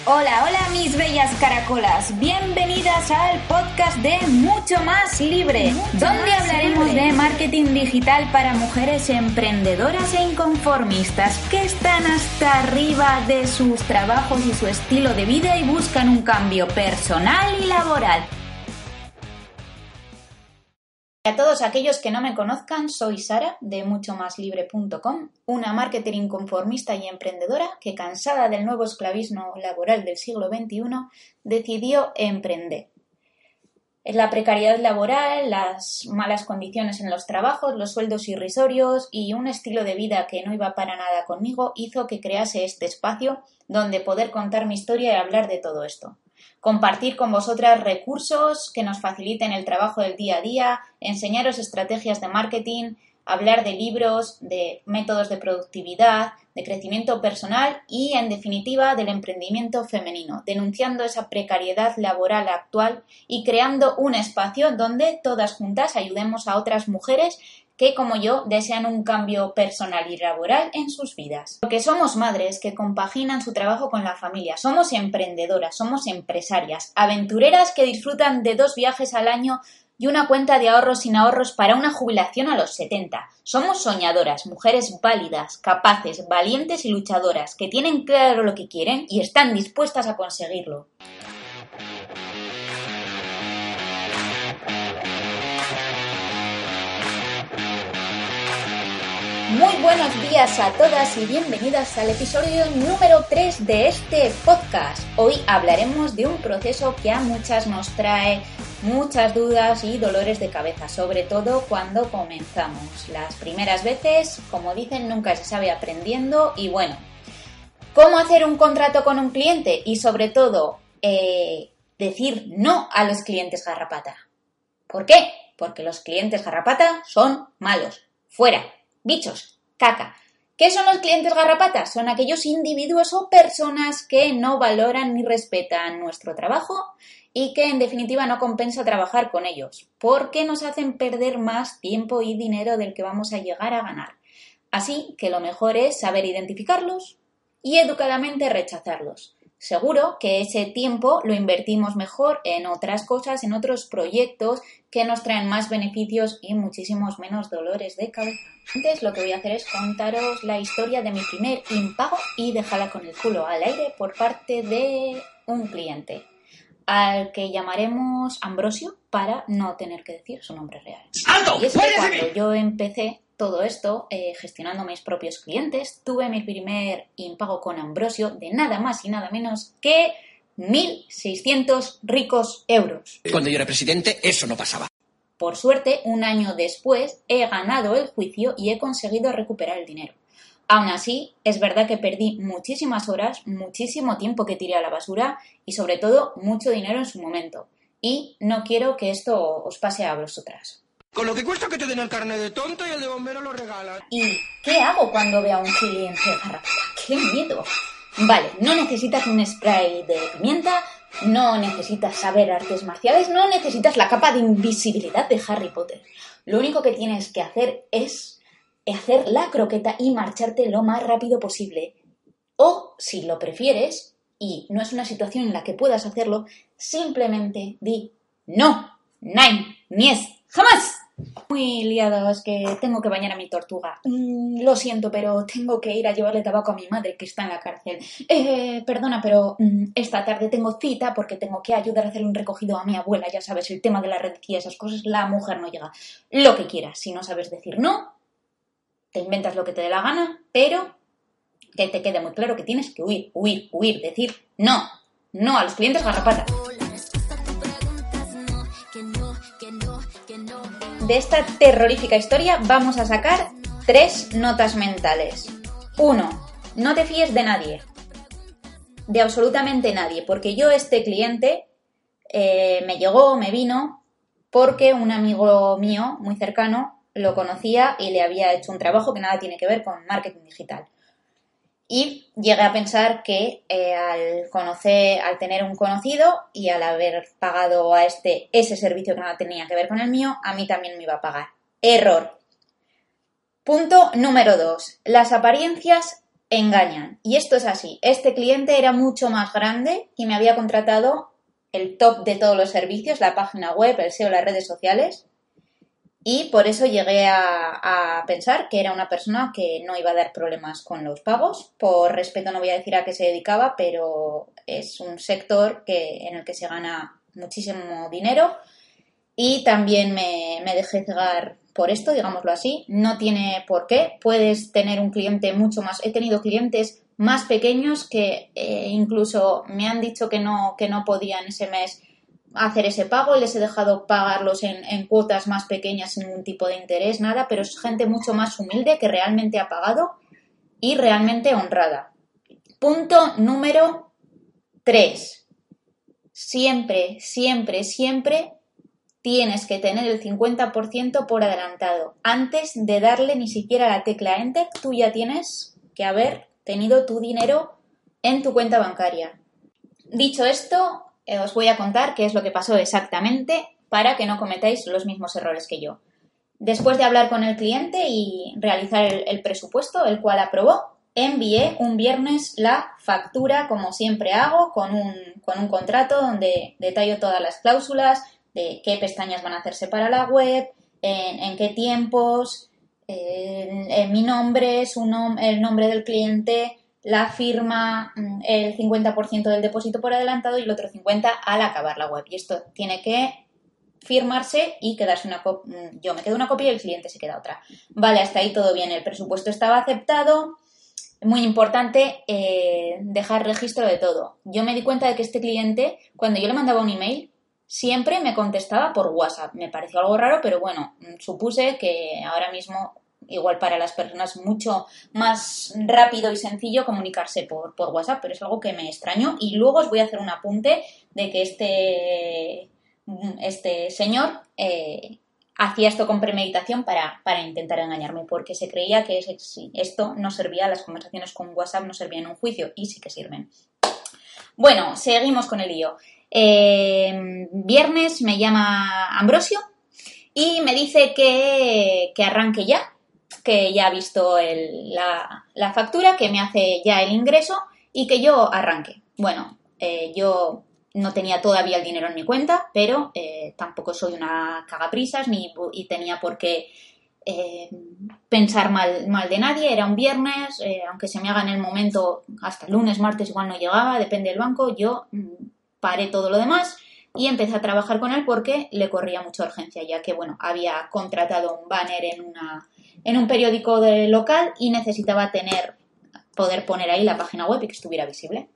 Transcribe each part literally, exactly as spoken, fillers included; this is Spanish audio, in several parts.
Hola, hola mis bellas caracolas, bienvenidas al podcast de Mucho Más Libre, Mucho donde más hablaremos libre. de marketing digital para mujeres emprendedoras e inconformistas que están hasta arriba de sus trabajos y su estilo de vida y buscan un cambio personal y laboral. A todos aquellos que no me conozcan, soy Sara de mucho más libre punto com, una marketer inconformista y emprendedora que, cansada del nuevo esclavismo laboral del siglo veintiuno, decidió emprender. La precariedad laboral, las malas condiciones en los trabajos, los sueldos irrisorios y un estilo de vida que no iba para nada conmigo hizo que crease este espacio donde poder contar mi historia y hablar de todo esto. Compartir con vosotras recursos que nos faciliten el trabajo del día a día, enseñaros estrategias de marketing, hablar de libros, de métodos de productividad, de crecimiento personal y, en definitiva, del emprendimiento femenino, denunciando esa precariedad laboral actual y creando un espacio donde todas juntas ayudemos a otras mujeres que, como yo, desean un cambio personal y laboral en sus vidas. Porque somos madres que compaginan su trabajo con la familia, somos emprendedoras, somos empresarias, aventureras que disfrutan de dos viajes al año y una cuenta de ahorros sin ahorros para una jubilación a los setenta. Somos soñadoras, mujeres válidas, capaces, valientes y luchadoras, que tienen claro lo que quieren y están dispuestas a conseguirlo. Muy buenos días a todas y bienvenidas al episodio número tres de este podcast. Hoy hablaremos de un proceso que a muchas nos trae muchas dudas y dolores de cabeza, sobre todo cuando comenzamos. Las primeras veces, como dicen, nunca se sabe aprendiendo y bueno, ¿cómo hacer un contrato con un cliente? Y sobre todo, eh, decir no a los clientes garrapata. ¿Por qué? Porque los clientes garrapata son malos. Fuera. Bichos, caca. ¿Qué son los clientes garrapatas? Son aquellos individuos o personas que no valoran ni respetan nuestro trabajo y que en definitiva no compensa trabajar con ellos, porque nos hacen perder más tiempo y dinero del que vamos a llegar a ganar. Así que lo mejor es saber identificarlos y educadamente rechazarlos. Seguro que ese tiempo lo invertimos mejor en otras cosas, en otros proyectos que nos traen más beneficios y muchísimos menos dolores de cabeza. Antes lo que voy a hacer es contaros la historia de mi primer impago y dejarla con el culo al aire por parte de un cliente, al que llamaremos Ambrosio para no tener que decir su nombre real. ¡Alto! Y es que cuando yo empecé todo esto, eh, gestionando mis propios clientes, tuve mi primer impago con Ambrosio de nada más y nada menos que mil seiscientos ricos euros. Cuando yo era presidente, eso no pasaba. Por suerte, un año después, he ganado el juicio y he conseguido recuperar el dinero. Aún así, es verdad que perdí muchísimas horas, muchísimo tiempo que tiré a la basura y, sobre todo, mucho dinero en su momento. Y no quiero que esto os pase a vosotras. Con lo que cuesta que te den el carnet de tonto y el de bombero lo regalan. ¿Y qué hago cuando veo a un cliente garrapata? ¡Qué miedo! Vale, no necesitas un spray de pimienta, no necesitas saber artes marciales, no necesitas la capa de invisibilidad de Harry Potter. Lo único que tienes que hacer es hacer la croqueta y marcharte lo más rápido posible. O, si lo prefieres, y no es una situación en la que puedas hacerlo, simplemente di no, nein, nies, jamás. Muy liado, es que tengo que bañar a mi tortuga. Mm, lo siento, pero tengo que ir a llevarle tabaco a mi madre que está en la cárcel. Eh, perdona, pero mm, esta tarde tengo cita porque tengo que ayudar a hacer un recogido a mi abuela. Ya sabes, el tema de la herencia, esas cosas, la mujer no llega. Lo que quieras, si no sabes decir no, te inventas lo que te dé la gana, pero que te quede muy claro que tienes que huir, huir, huir, decir no, no a los clientes garrapata. De esta terrorífica historia vamos a sacar tres notas mentales. Uno, no te fíes de nadie, de absolutamente nadie, porque yo este cliente eh, me llegó, me vino, porque un amigo mío muy cercano lo conocía y le había hecho un trabajo que nada tiene que ver con marketing digital. Y llegué a pensar que eh, al conocer, al tener un conocido y al haber pagado a este ese servicio que no tenía que ver con el mío, a mí también me iba a pagar. Error. Punto número dos. Las apariencias engañan. Y esto es así. Este cliente era mucho más grande y me había contratado el top de todos los servicios, la página web, el S E O, las redes sociales. Y por eso llegué a, a pensar que era una persona que no iba a dar problemas con los pagos. Por respeto no voy a decir a qué se dedicaba, pero es un sector que, en el que se gana muchísimo dinero. Y también me, me dejé cegar por esto, digámoslo así. No tiene por qué. Puedes tener un cliente mucho más... He tenido clientes más pequeños que eh, incluso me han dicho que no, que no podían ese mes hacer ese pago y les he dejado pagarlos en, en cuotas más pequeñas sin ningún tipo de interés, nada, pero es gente mucho más humilde que realmente ha pagado y realmente honrada. Punto número tres. Siempre, siempre, siempre tienes que tener el cincuenta por ciento por adelantado. Antes de darle ni siquiera la tecla Enter, tú ya tienes que haber tenido tu dinero en tu cuenta bancaria. Dicho esto, os voy a contar qué es lo que pasó exactamente para que no cometáis los mismos errores que yo. Después de hablar con el cliente y realizar el, el presupuesto, el cual aprobó, envié un viernes la factura, como siempre hago, con un, con un contrato donde detallo todas las cláusulas, de qué pestañas van a hacerse para la web, en, en qué tiempos, en, en mi nombre, su nom- el nombre del cliente, la firma, el cincuenta por ciento del depósito por adelantado y el otro cincuenta por ciento al acabar la web. Y esto tiene que firmarse y quedarse una copia. Yo me quedo una copia y el cliente se queda otra. Vale, hasta ahí todo bien. El presupuesto estaba aceptado. Muy importante eh, dejar registro de todo. Yo me di cuenta de que este cliente, cuando yo le mandaba un email, siempre me contestaba por WhatsApp. Me pareció algo raro, pero bueno, supuse que ahora mismo... Igual para las personas mucho más rápido y sencillo comunicarse por, por WhatsApp, pero es algo que me extrañó. Y luego os voy a hacer un apunte de que este, este señor eh, hacía esto con premeditación para, para intentar engañarme, porque se creía que esto no servía, las conversaciones con WhatsApp no servían en un juicio, y sí que sirven. Bueno, seguimos con el lío. Eh, viernes me llama Ambrosio y me dice que, que arranque ya, que ya ha visto el, la, la factura, que me hace ya el ingreso y que yo arranque. Bueno, eh, yo no tenía todavía el dinero en mi cuenta, pero eh, tampoco soy una cagaprisas ni y tenía por qué eh, pensar mal, mal de nadie. Era un viernes, eh, aunque se me haga en el momento, hasta el lunes, martes igual no llegaba, depende del banco, yo mm, paré todo lo demás y empecé a trabajar con él porque le corría mucha urgencia, ya que bueno, había contratado un banner en una en un periódico de local y necesitaba tener, poder poner ahí la página web y que estuviera visible.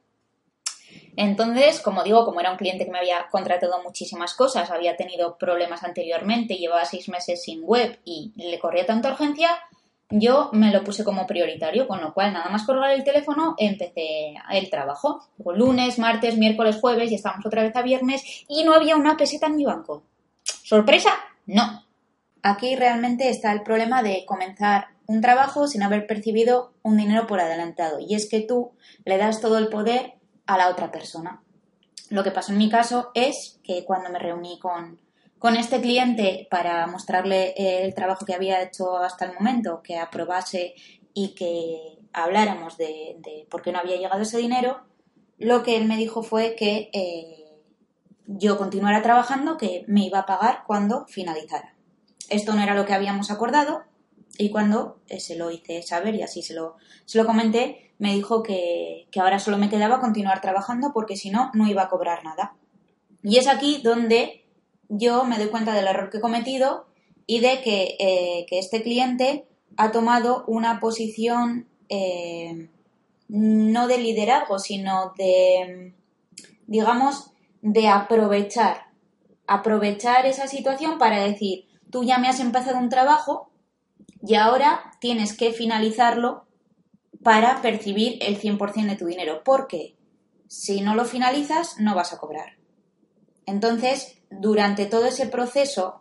Entonces, como digo, como era un cliente que me había contratado muchísimas cosas, había tenido problemas anteriormente, llevaba seis meses sin web y le corría tanta urgencia, yo me lo puse como prioritario, con lo cual nada más colgar el teléfono empecé el trabajo. Luego, lunes, martes, miércoles, jueves y estábamos otra vez a viernes y no había una peseta en mi banco. ¿Sorpresa? No. Aquí realmente está el problema de comenzar un trabajo sin haber percibido un dinero por adelantado. Y es que tú le das todo el poder a la otra persona. Lo que pasó en mi caso es que cuando me reuní con, con este cliente para mostrarle el trabajo que había hecho hasta el momento, que aprobase y que habláramos de, de por qué no había llegado ese dinero, lo que él me dijo fue que eh, yo continuara trabajando, que me iba a pagar cuando finalizara. Esto no era lo que habíamos acordado y cuando eh, se lo hice saber y así se lo, se lo comenté, me dijo que, que ahora solo me quedaba continuar trabajando porque si no, no iba a cobrar nada. Y es aquí donde yo me doy cuenta del error que he cometido y de que, eh, que este cliente ha tomado una posición eh, no de liderazgo, sino de, digamos, de aprovechar, aprovechar esa situación para decir... Tú ya me has empezado un trabajo y ahora tienes que finalizarlo para percibir el cien por ciento de tu dinero. Porque si no lo finalizas, no vas a cobrar. Entonces, durante todo ese proceso,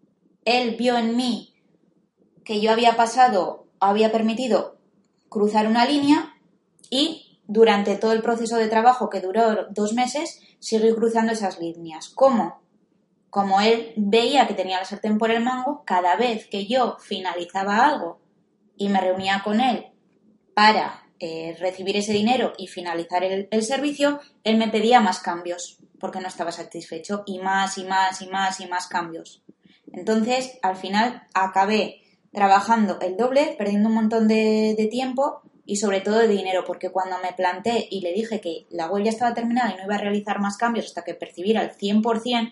él vio en mí que yo había pasado, había permitido cruzar una línea y durante todo el proceso de trabajo que duró dos meses, seguí cruzando esas líneas. ¿Cómo? Como él veía que tenía la sartén por el mango, cada vez que yo finalizaba algo y me reunía con él para eh, recibir ese dinero y finalizar el, el servicio, él me pedía más cambios porque no estaba satisfecho y más y más y más y más cambios. Entonces, al final acabé trabajando el doble, perdiendo un montón de, de tiempo y sobre todo de dinero, porque cuando me planté y le dije que la web ya estaba terminada y no iba a realizar más cambios hasta que percibiera el cien por ciento,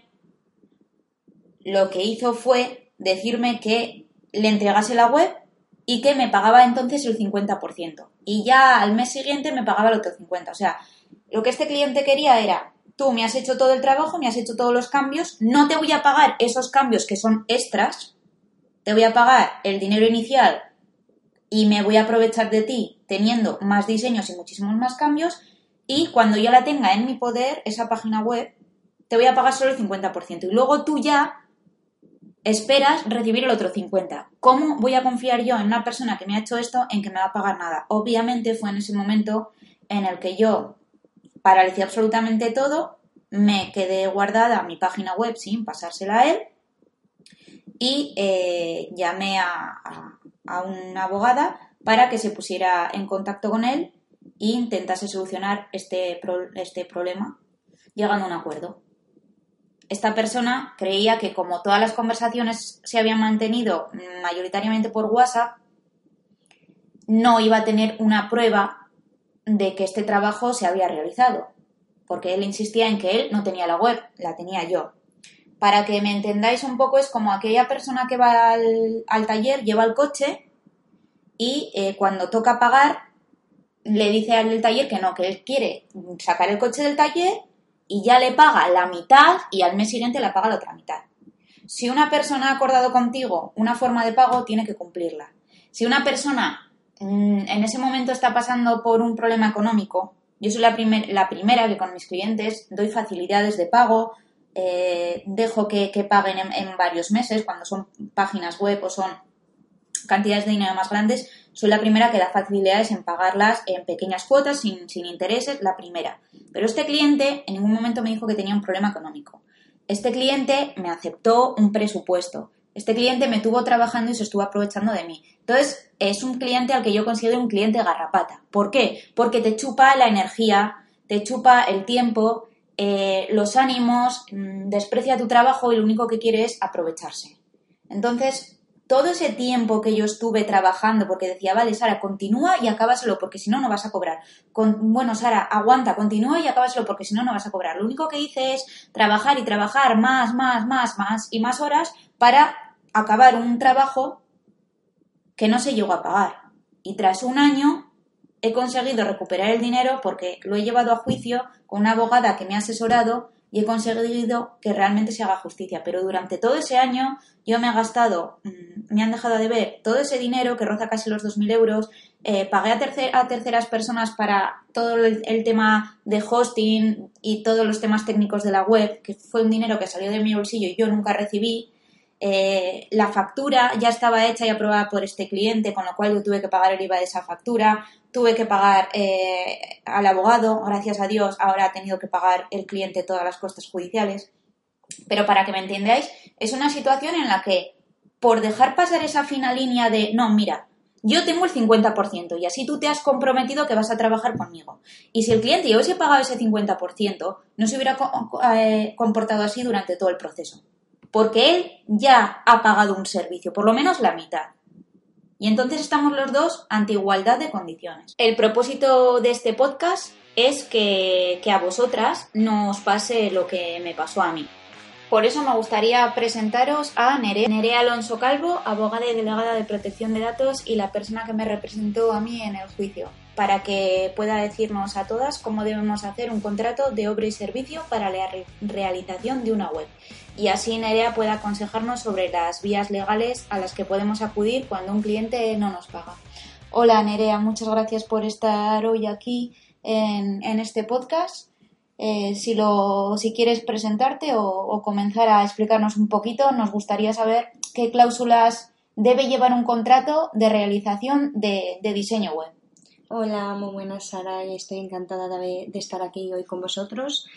lo que hizo fue decirme que le entregase la web y que me pagaba entonces el cincuenta por ciento. Y ya al mes siguiente me pagaba el otro cincuenta por ciento. O sea, lo que este cliente quería era, tú me has hecho todo el trabajo, me has hecho todos los cambios, no te voy a pagar esos cambios que son extras, te voy a pagar el dinero inicial y me voy a aprovechar de ti teniendo más diseños y muchísimos más cambios, y cuando ya la tenga en mi poder, esa página web, te voy a pagar solo el cincuenta por ciento y luego tú ya esperas recibir el otro cincuenta por ciento. ¿Cómo voy a confiar yo en una persona que me ha hecho esto en que me va a pagar nada? Obviamente fue en ese momento en el que yo paralicé absolutamente todo, me quedé guardada mi página web sin pasársela a él y eh, llamé a, a, a una abogada para que se pusiera en contacto con él e intentase solucionar este, pro, este problema llegando a un acuerdo. Esta persona creía que como todas las conversaciones se habían mantenido mayoritariamente por WhatsApp, no iba a tener una prueba de que este trabajo se había realizado, porque él insistía en que él no tenía la web, la tenía yo. Para que me entendáis un poco, es como aquella persona que va al, al taller, lleva el coche y eh, cuando toca pagar le dice al del taller que no, que él quiere sacar el coche del taller y ya le paga la mitad y al mes siguiente le paga la otra mitad. Si una persona ha acordado contigo una forma de pago, tiene que cumplirla. Si una persona mmm, en ese momento está pasando por un problema económico, yo soy la, primer, la primera que con mis clientes doy facilidades de pago, eh, dejo que, que paguen en, en varios meses cuando son páginas web o son cantidades de dinero más grandes, soy la primera que da facilidades en pagarlas en pequeñas cuotas, sin, sin intereses, la primera. Pero este cliente en ningún momento me dijo que tenía un problema económico. Este cliente me aceptó un presupuesto. Este cliente me tuvo trabajando y se estuvo aprovechando de mí. Entonces, es un cliente al que yo considero un cliente garrapata. ¿Por qué? Porque te chupa la energía, te chupa el tiempo, eh, los ánimos, mmm, desprecia tu trabajo y lo único que quiere es aprovecharse. Entonces, todo ese tiempo que yo estuve trabajando, porque decía, vale, Sara, continúa y acábaselo, porque si no, no vas a cobrar. Con, bueno, Sara, aguanta, continúa y acábaselo, porque si no, no vas a cobrar. Lo único que hice es trabajar y trabajar más, más, más, más y más horas para acabar un trabajo que no se llegó a pagar. Y tras un año he conseguido recuperar el dinero porque lo he llevado a juicio con una abogada que me ha asesorado y he conseguido que realmente se haga justicia. Pero durante todo ese año yo me he gastado, me han dejado de ver todo ese dinero que roza casi los dos mil euros, eh, pagué a, tercer, a terceras personas para todo el, el tema de hosting y todos los temas técnicos de la web, que fue un dinero que salió de mi bolsillo y yo nunca recibí. Eh, la factura ya estaba hecha y aprobada por este cliente, con lo cual yo tuve que pagar el I V A de esa factura, tuve que pagar eh, al abogado, gracias a Dios ahora ha tenido que pagar el cliente todas las costes judiciales. Pero para que me entendáis, es una situación en la que por dejar pasar esa fina línea de no, mira, yo tengo el cincuenta por ciento y así tú te has comprometido que vas a trabajar conmigo. Y si el cliente ya hubiese pagado ese cincuenta por ciento, no se hubiera eh, comportado así durante todo el proceso. Porque él ya ha pagado un servicio, por lo menos la mitad. Y entonces estamos los dos ante igualdad de condiciones. El propósito de este podcast es que, que a vosotras no os pase lo que me pasó a mí. Por eso me gustaría presentaros a Nerea, Nerea Alonso Calvo, abogada y delegada de protección de datos y la persona que me representó a mí en el juicio, para que pueda decirnos a todas cómo debemos hacer un contrato de obra y servicio para la re- realización de una web. Y así Nerea pueda aconsejarnos sobre las vías legales a las que podemos acudir cuando un cliente no nos paga. Hola Nerea, muchas gracias por estar hoy aquí en, en este podcast. Eh, si, lo, si quieres presentarte o, o comenzar a explicarnos un poquito, nos gustaría saber qué cláusulas debe llevar un contrato de realización de, de diseño web. Hola, muy buenas Sara, estoy encantada de, de estar aquí hoy con vosotros.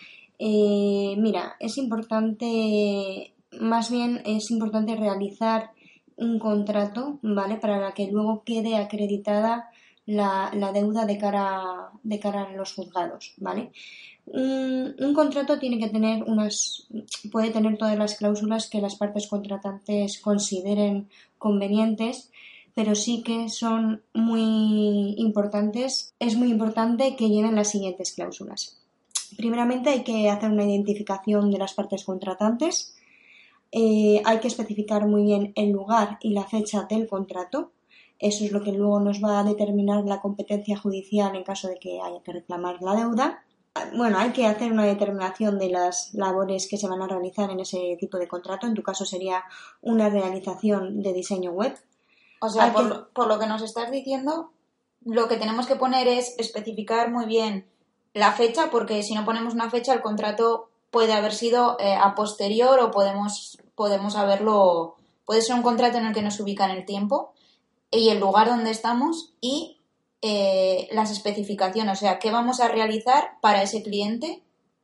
Eh, mira, es importante, más bien es importante realizar un contrato, ¿vale? Para que luego quede acreditada la, la deuda de cara, de cara a los juzgados, ¿vale? Un, un contrato tiene que tener unas, puede tener todas las cláusulas que las partes contratantes consideren convenientes, pero sí que son muy importantes, es muy importante que lleven las siguientes cláusulas. Primeramente hay que hacer una identificación de las partes contratantes, eh, hay que especificar muy bien el lugar y la fecha del contrato. Eso es lo que luego nos va a determinar la competencia judicial en caso de que haya que reclamar la deuda. Bueno, hay que hacer una determinación de las labores que se van a realizar en ese tipo de contrato. En tu caso sería una realización de diseño web. O sea, por, que... lo, por lo que nos estás diciendo, lo que tenemos que poner es especificar muy bien la fecha, porque si no ponemos una fecha, el contrato puede haber sido eh, a posterior o podemos, podemos haberlo... Puede ser un contrato en el que nos ubica en el tiempo y el lugar donde estamos y eh, las especificaciones, o sea, qué vamos a realizar para ese cliente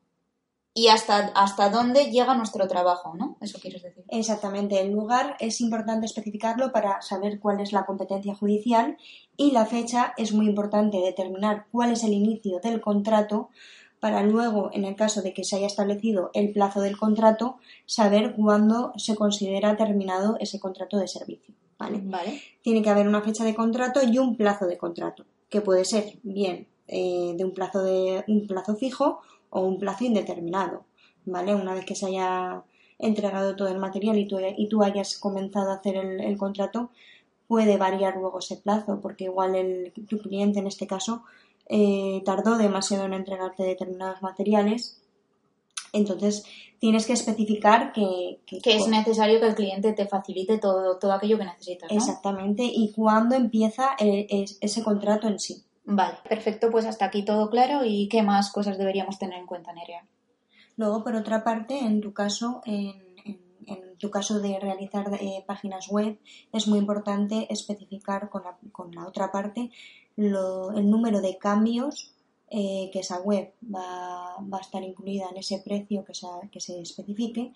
y hasta, hasta dónde llega nuestro trabajo, ¿no? Eso quieres decir. Exactamente. El lugar es importante especificarlo para saber cuál es la competencia judicial y la fecha es muy importante determinar cuál es el inicio del contrato para luego, en el caso de que se haya establecido el plazo del contrato, saber cuándo se considera terminado ese contrato de servicio. ¿Vale? Vale. Tiene que haber una fecha de contrato y un plazo de contrato, que puede ser bien eh, de un plazo de un plazo fijo o un plazo indeterminado, ¿vale? Una vez que se haya entregado todo el material y tú, y tú hayas comenzado a hacer el, el contrato, puede variar luego ese plazo, porque igual el, tu cliente en este caso eh, tardó demasiado en entregarte determinados materiales. Entonces, tienes que especificar que... Que, que es necesario que el cliente te facilite todo, todo aquello que necesitas, ¿no? Exactamente, y cuándo empieza el, es, ese contrato en sí. Vale, perfecto, pues hasta aquí todo claro. ¿Y qué más cosas deberíamos tener en cuenta, Nerea? Luego, por otra parte, en tu caso, en, en, en tu caso de realizar eh, páginas web, es muy importante especificar con la, con la otra parte lo, el número de cambios Eh, que esa web va, va a estar incluida en ese precio que se, que se especifique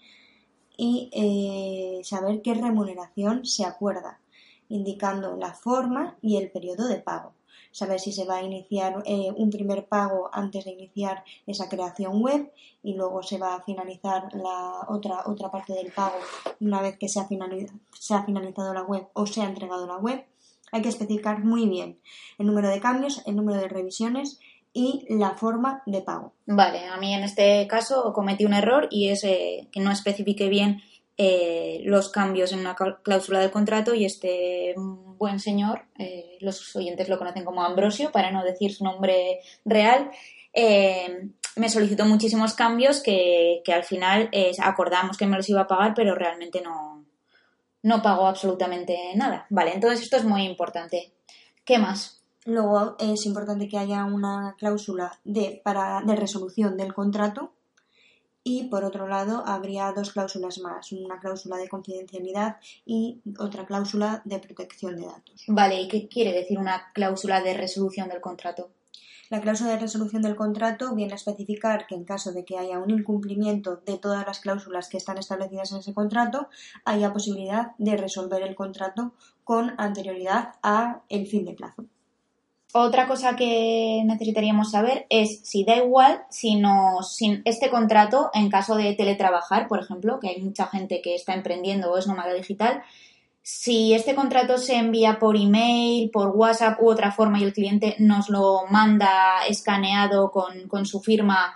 y eh, saber qué remuneración se acuerda, indicando la forma y el periodo de pago. Saber si se va a iniciar eh, un primer pago antes de iniciar esa creación web y luego se va a finalizar la otra, otra parte del pago una vez que se ha, finaliz- se ha finalizado la web o se ha entregado la web. Hay que especificar muy bien el número de cambios, el número de revisiones y la forma de pago. Vale, a mí en este caso cometí un error y es eh, que no especifiqué bien eh, los cambios en una cláusula del contrato y este buen señor, eh, los oyentes lo conocen como Ambrosio, para no decir su nombre real, eh, me solicitó muchísimos cambios que, que al final eh, acordamos que me los iba a pagar, pero realmente no, no pagó absolutamente nada. Vale, entonces esto es muy importante. ¿Qué más? Luego es importante que haya una cláusula de, para, de resolución del contrato y, por otro lado, habría dos cláusulas más, una cláusula de confidencialidad y otra cláusula de protección de datos. Vale, ¿y qué quiere decir una cláusula de resolución del contrato? La cláusula de resolución del contrato viene a especificar que en caso de que haya un incumplimiento de todas las cláusulas que están establecidas en ese contrato, haya posibilidad de resolver el contrato con anterioridad a el fin de plazo. Otra cosa que necesitaríamos saber es si da igual si nos, si este contrato, en caso de teletrabajar, por ejemplo, que hay mucha gente que está emprendiendo o es nómada digital, si este contrato se envía por email, por WhatsApp u otra forma y el cliente nos lo manda escaneado con, con su firma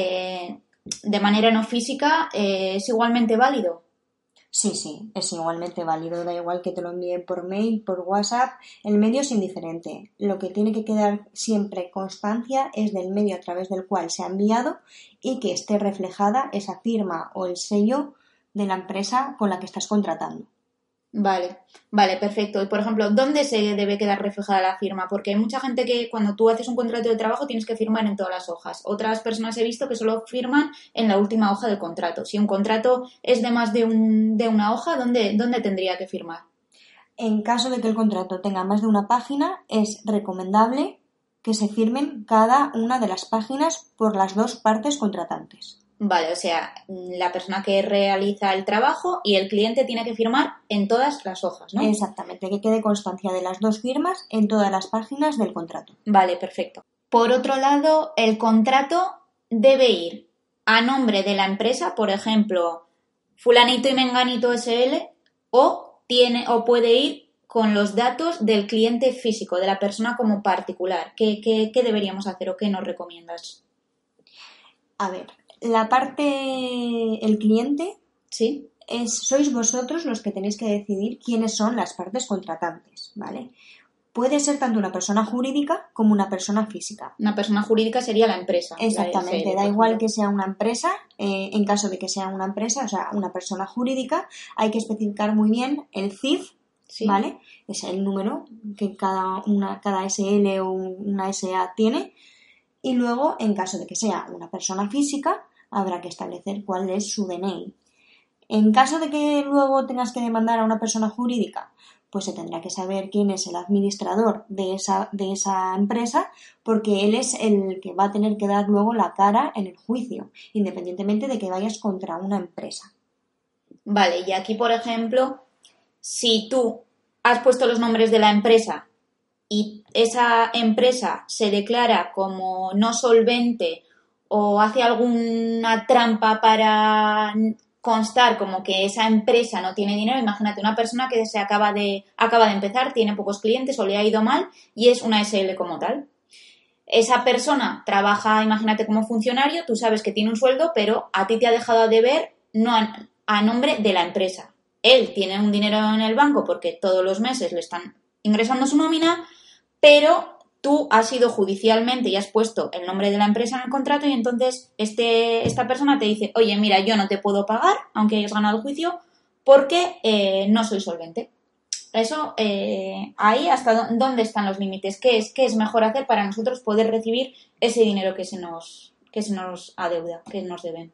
eh, de manera no física, eh, ¿es igualmente válido? Sí, sí, es igualmente válido, da igual que te lo envíen por mail, por WhatsApp, el medio es indiferente. Lo que tiene que quedar siempre constancia es del medio a través del cual se ha enviado y que esté reflejada esa firma o el sello de la empresa con la que estás contratando. Vale, vale, perfecto. Y, por ejemplo, ¿dónde se debe quedar reflejada la firma? Porque hay mucha gente que cuando tú haces un contrato de trabajo tienes que firmar en todas las hojas. Otras personas he visto que solo firman en la última hoja del contrato. Si un contrato es de más de, un, de una hoja, ¿dónde, ¿dónde tendría que firmar? En caso de que el contrato tenga más de una página, es recomendable que se firmen cada una de las páginas por las dos partes contratantes. Vale, o sea, la persona que realiza el trabajo y el cliente tiene que firmar en todas las hojas, ¿no? Exactamente, que quede constancia de las dos firmas en todas las páginas del contrato. Vale, perfecto. Por otro lado, el contrato debe ir a nombre de la empresa, por ejemplo, Fulanito y Menganito S L, o tiene o puede ir con los datos del cliente físico, de la persona como particular. ¿Qué, qué, qué deberíamos hacer o qué nos recomiendas? A ver, la parte, el cliente, ¿Sí? es, sois vosotros los que tenéis que decidir quiénes son las partes contratantes, ¿vale? Puede ser tanto una persona jurídica como una persona física. Una persona jurídica sería la empresa. Exactamente, la S L, da igual que sea una empresa, eh, en caso de que sea una empresa, o sea, una persona jurídica, hay que especificar muy bien el C I F, ¿sí? ¿Vale? Es el número que cada, una, cada S L o una S A tiene, y luego, en caso de que sea una persona física, habrá que establecer cuál es su D N I. En caso de que luego tengas que demandar a una persona jurídica, pues se tendrá que saber quién es el administrador de esa, de esa empresa, porque él es el que va a tener que dar luego la cara en el juicio, independientemente de que vayas contra una empresa. Vale, y aquí, por ejemplo, si tú has puesto los nombres de la empresa y esa empresa se declara como no solvente o hace alguna trampa para constar como que esa empresa no tiene dinero, imagínate una persona que se acaba de, acaba de empezar, tiene pocos clientes o le ha ido mal y es una S L como tal. Esa persona trabaja, imagínate, como funcionario, tú sabes que tiene un sueldo, pero a ti te ha dejado de deber no a, a nombre de la empresa. Él tiene un dinero en el banco porque todos los meses le están ingresando su nómina, pero tú has ido judicialmente y has puesto el nombre de la empresa en el contrato y entonces este, esta persona te dice, oye, mira, yo no te puedo pagar, aunque hayas ganado el juicio, porque eh, no soy solvente. Eso, eh, ahí hasta dónde están los límites, ¿Qué es, qué es mejor hacer para nosotros poder recibir ese dinero que se nos, que se nos adeuda, que nos deben.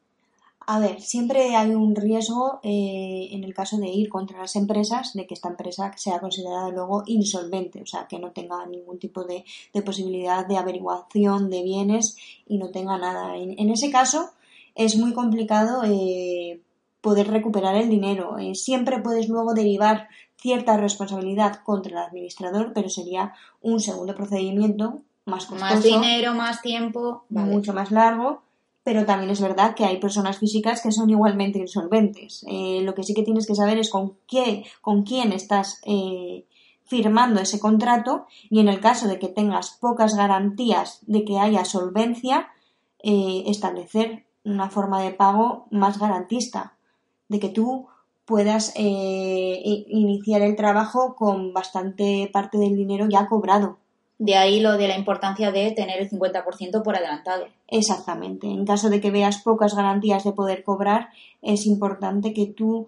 A ver, siempre hay un riesgo eh, en el caso de ir contra las empresas de que esta empresa sea considerada luego insolvente, o sea, que no tenga ningún tipo de, de posibilidad de averiguación de bienes y no tenga nada. En, en ese caso es muy complicado eh, poder recuperar el dinero. Eh, siempre puedes luego derivar cierta responsabilidad contra el administrador, pero sería un segundo procedimiento más costoso. Más dinero, más tiempo. Vale. Mucho más largo. Pero también es verdad que hay personas físicas que son igualmente insolventes. Eh, lo que sí que tienes que saber es con qué, con quién estás eh, firmando ese contrato y en el caso de que tengas pocas garantías de que haya solvencia, eh, establecer una forma de pago más garantista, de que tú puedas eh, iniciar el trabajo con bastante parte del dinero ya cobrado. De ahí lo de la importancia de tener el cincuenta por ciento por adelantado. Exactamente. En caso de que veas pocas garantías de poder cobrar, es importante que tú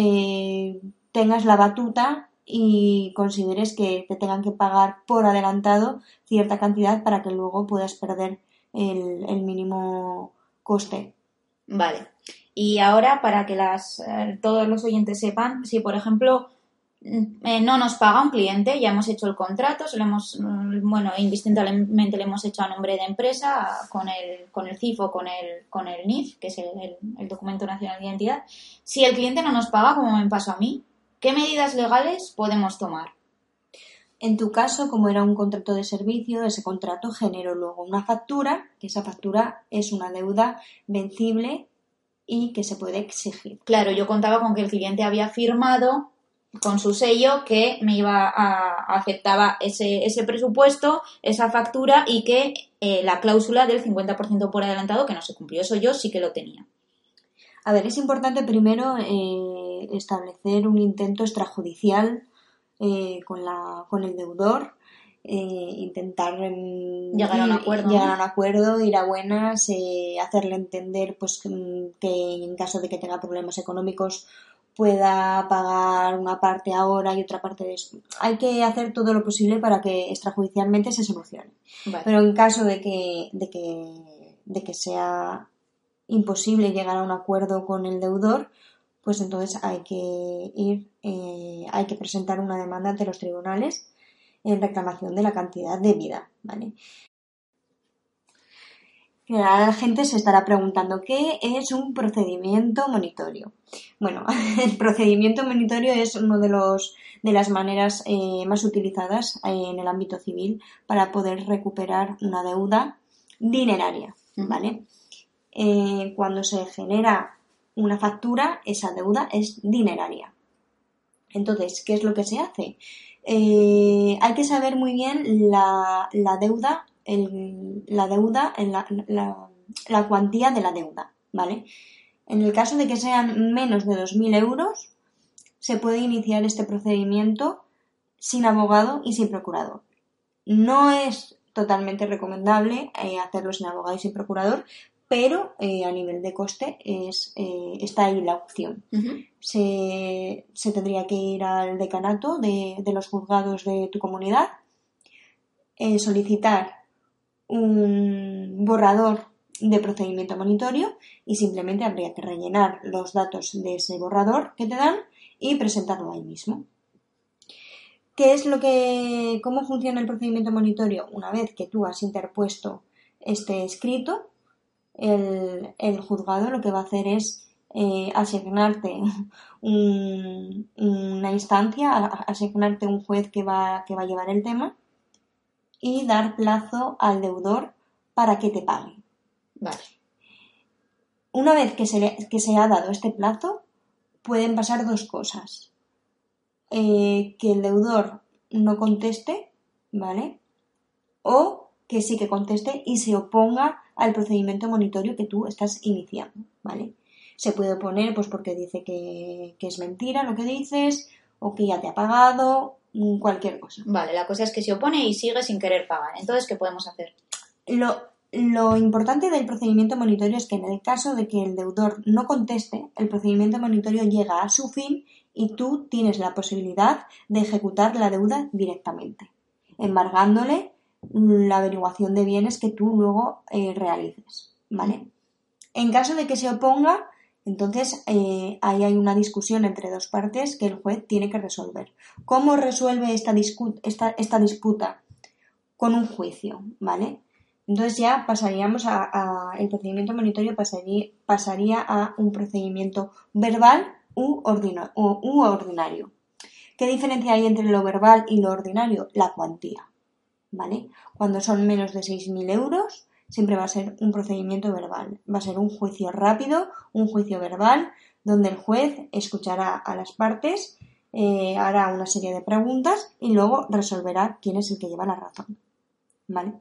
eh, tengas la batuta y consideres que te tengan que pagar por adelantado cierta cantidad para que luego puedas perder el, el mínimo coste. Vale. Y ahora, para que las, eh, todos los oyentes sepan, si por ejemplo Eh, no nos paga un cliente, ya hemos hecho el contrato, se lo hemos, bueno, indistintamente le hemos hecho a nombre de empresa con el, con el C I F o con el, con el N I F, que es el, el, el Documento Nacional de Identidad. Si el cliente no nos paga, como me pasó a mí, ¿qué medidas legales podemos tomar? En tu caso, como era un contrato de servicio, ese contrato generó luego una factura, que esa factura es una deuda vencible y que se puede exigir. Claro, yo contaba con que el cliente había firmado con su sello que me iba a aceptaba ese, ese presupuesto, esa factura y que eh, la cláusula del cincuenta por ciento por adelantado que no se cumplió. Eso yo sí que lo tenía. A ver, es importante primero eh, establecer un intento extrajudicial eh, con, la, con el deudor, eh, intentar eh, llegar a un acuerdo, llegar ¿no? a un acuerdo, ir a buenas, eh, hacerle entender pues que en caso de que tenga problemas económicos pueda pagar una parte ahora y otra parte después. Hay que hacer todo lo posible para que extrajudicialmente se solucione. Vale. Pero en caso de que, de que, de que sea imposible llegar a un acuerdo con el deudor, pues entonces hay que ir, eh, hay que presentar una demanda ante los tribunales en reclamación de la cantidad debida, ¿vale? La gente se estará preguntando, ¿qué es un procedimiento monitorio? Bueno, el procedimiento monitorio es uno de los de las maneras eh, más utilizadas en el ámbito civil para poder recuperar una deuda dineraria, ¿vale? Eh, cuando se genera una factura, esa deuda es dineraria. Entonces, ¿qué es lo que se hace? Eh, hay que saber muy bien la, la deuda, el, la deuda, la, la, la cuantía de la deuda, ¿vale? En el caso de que sean menos de dos mil euros, se puede iniciar este procedimiento sin abogado y sin procurador. No es totalmente recomendable eh, hacerlo sin abogado y sin procurador, pero eh, a nivel de coste es, eh, está ahí la opción. Uh-huh. Se, se tendría que ir al decanato de, de los juzgados de tu comunidad, eh, solicitar un borrador de procedimiento monitorio y simplemente habría que rellenar los datos de ese borrador que te dan y presentarlo ahí mismo. ¿Qué es lo que, cómo funciona el procedimiento monitorio? Una vez que tú has interpuesto este escrito, el, el juzgado lo que va a hacer es eh, asignarte un, una instancia, asignarte un juez que va, que va a llevar el tema y dar plazo al deudor para que te pague. Vale. Una vez que se, le, que se ha dado este plazo, pueden pasar dos cosas. Eh, que el deudor no conteste, ¿vale? O que sí que conteste y se oponga al procedimiento monitorio que tú estás iniciando, ¿vale? Se puede oponer pues porque dice que, que es mentira lo que dices o que ya te ha pagado, cualquier cosa. Vale, la cosa es que se opone y sigue sin querer pagar. Entonces, ¿qué podemos hacer? Lo, lo importante del procedimiento monitorio es que en el caso de que el deudor no conteste, el procedimiento monitorio llega a su fin y tú tienes la posibilidad de ejecutar la deuda directamente, embargándole la averiguación de bienes que tú luego eh, realices, ¿vale? En caso de que se oponga, entonces eh, ahí hay una discusión entre dos partes que el juez tiene que resolver. ¿Cómo resuelve esta, discu- esta, esta disputa? Con un juicio, ¿vale? Entonces ya pasaríamos a, a el procedimiento monitorio pasaría, pasaría a un procedimiento verbal u, ordina, u, u ordinario. ¿Qué diferencia hay entre lo verbal y lo ordinario? La cuantía, ¿vale? Cuando son menos de seis mil euros, siempre va a ser un procedimiento verbal. Va a ser un juicio rápido, un juicio verbal, donde el juez escuchará a las partes, eh, hará una serie de preguntas y luego resolverá quién es el que lleva la razón, ¿vale?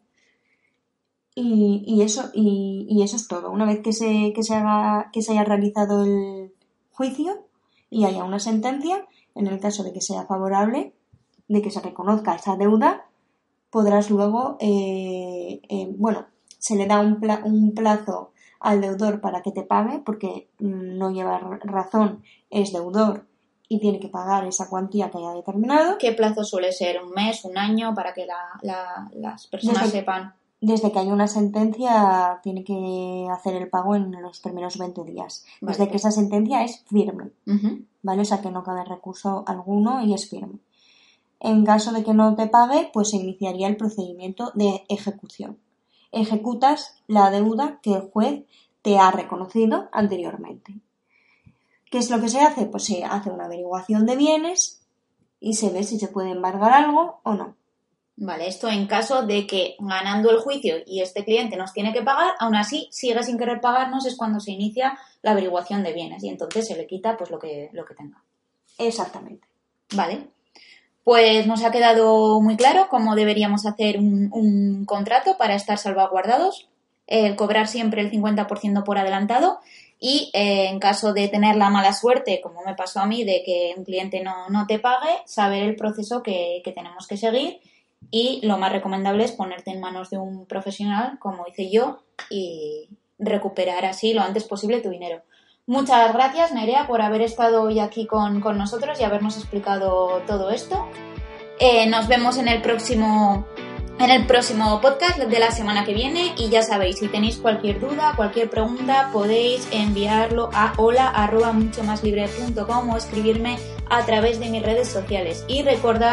Y, y, eso, y, y eso es todo. Una vez que se, que, se haga, que se haya realizado el juicio y haya una sentencia, en el caso de que sea favorable, de que se reconozca esa deuda, podrás luego, eh, eh, bueno, se le da un, pla- un plazo al deudor para que te pague, porque no lleva razón, es deudor y tiene que pagar esa cuantía que haya determinado. ¿Qué plazo suele ser? ¿Un mes, un año? Para que la, la, las personas desde, sepan. Desde que haya una sentencia tiene que hacer el pago en los primeros veinte días. Vale. Desde que esa sentencia es firme, uh-huh. ¿vale? O sea que no cabe recurso alguno y es firme. En caso de que no te pague, pues se iniciaría el procedimiento de ejecución. Ejecutas la deuda que el juez te ha reconocido anteriormente. ¿Qué es lo que se hace? Pues se hace una averiguación de bienes y se ve si se puede embargar algo o no. Vale, esto en caso de que ganando el juicio y este cliente nos tiene que pagar, aún así sigue sin querer pagarnos, es cuando se inicia la averiguación de bienes y entonces se le quita pues lo que, lo que tenga. Exactamente. Vale. Pues nos ha quedado muy claro cómo deberíamos hacer un, un contrato para estar salvaguardados, eh, cobrar siempre el cincuenta por ciento por adelantado y eh, en caso de tener la mala suerte, como me pasó a mí, de que un cliente no, no te pague, saber el proceso que, que tenemos que seguir y lo más recomendable es ponerte en manos de un profesional, como hice yo, y recuperar así lo antes posible tu dinero. Muchas gracias, Nerea, por haber estado hoy aquí con, con nosotros y habernos explicado todo esto. Eh, nos vemos en el próximo en el próximo podcast de la semana que viene y ya sabéis, si tenéis cualquier duda, cualquier pregunta, podéis enviarlo a hola arroba mucho más libre punto com o escribirme a través de mis redes sociales. Y recordad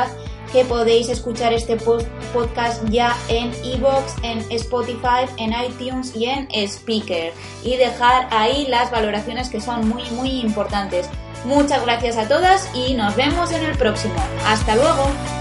que podéis escuchar este podcast ya en iVoox, en Spotify, en iTunes y en Spreaker. Y dejar ahí las valoraciones que son muy, muy importantes. Muchas gracias a todas y nos vemos en el próximo. ¡Hasta luego!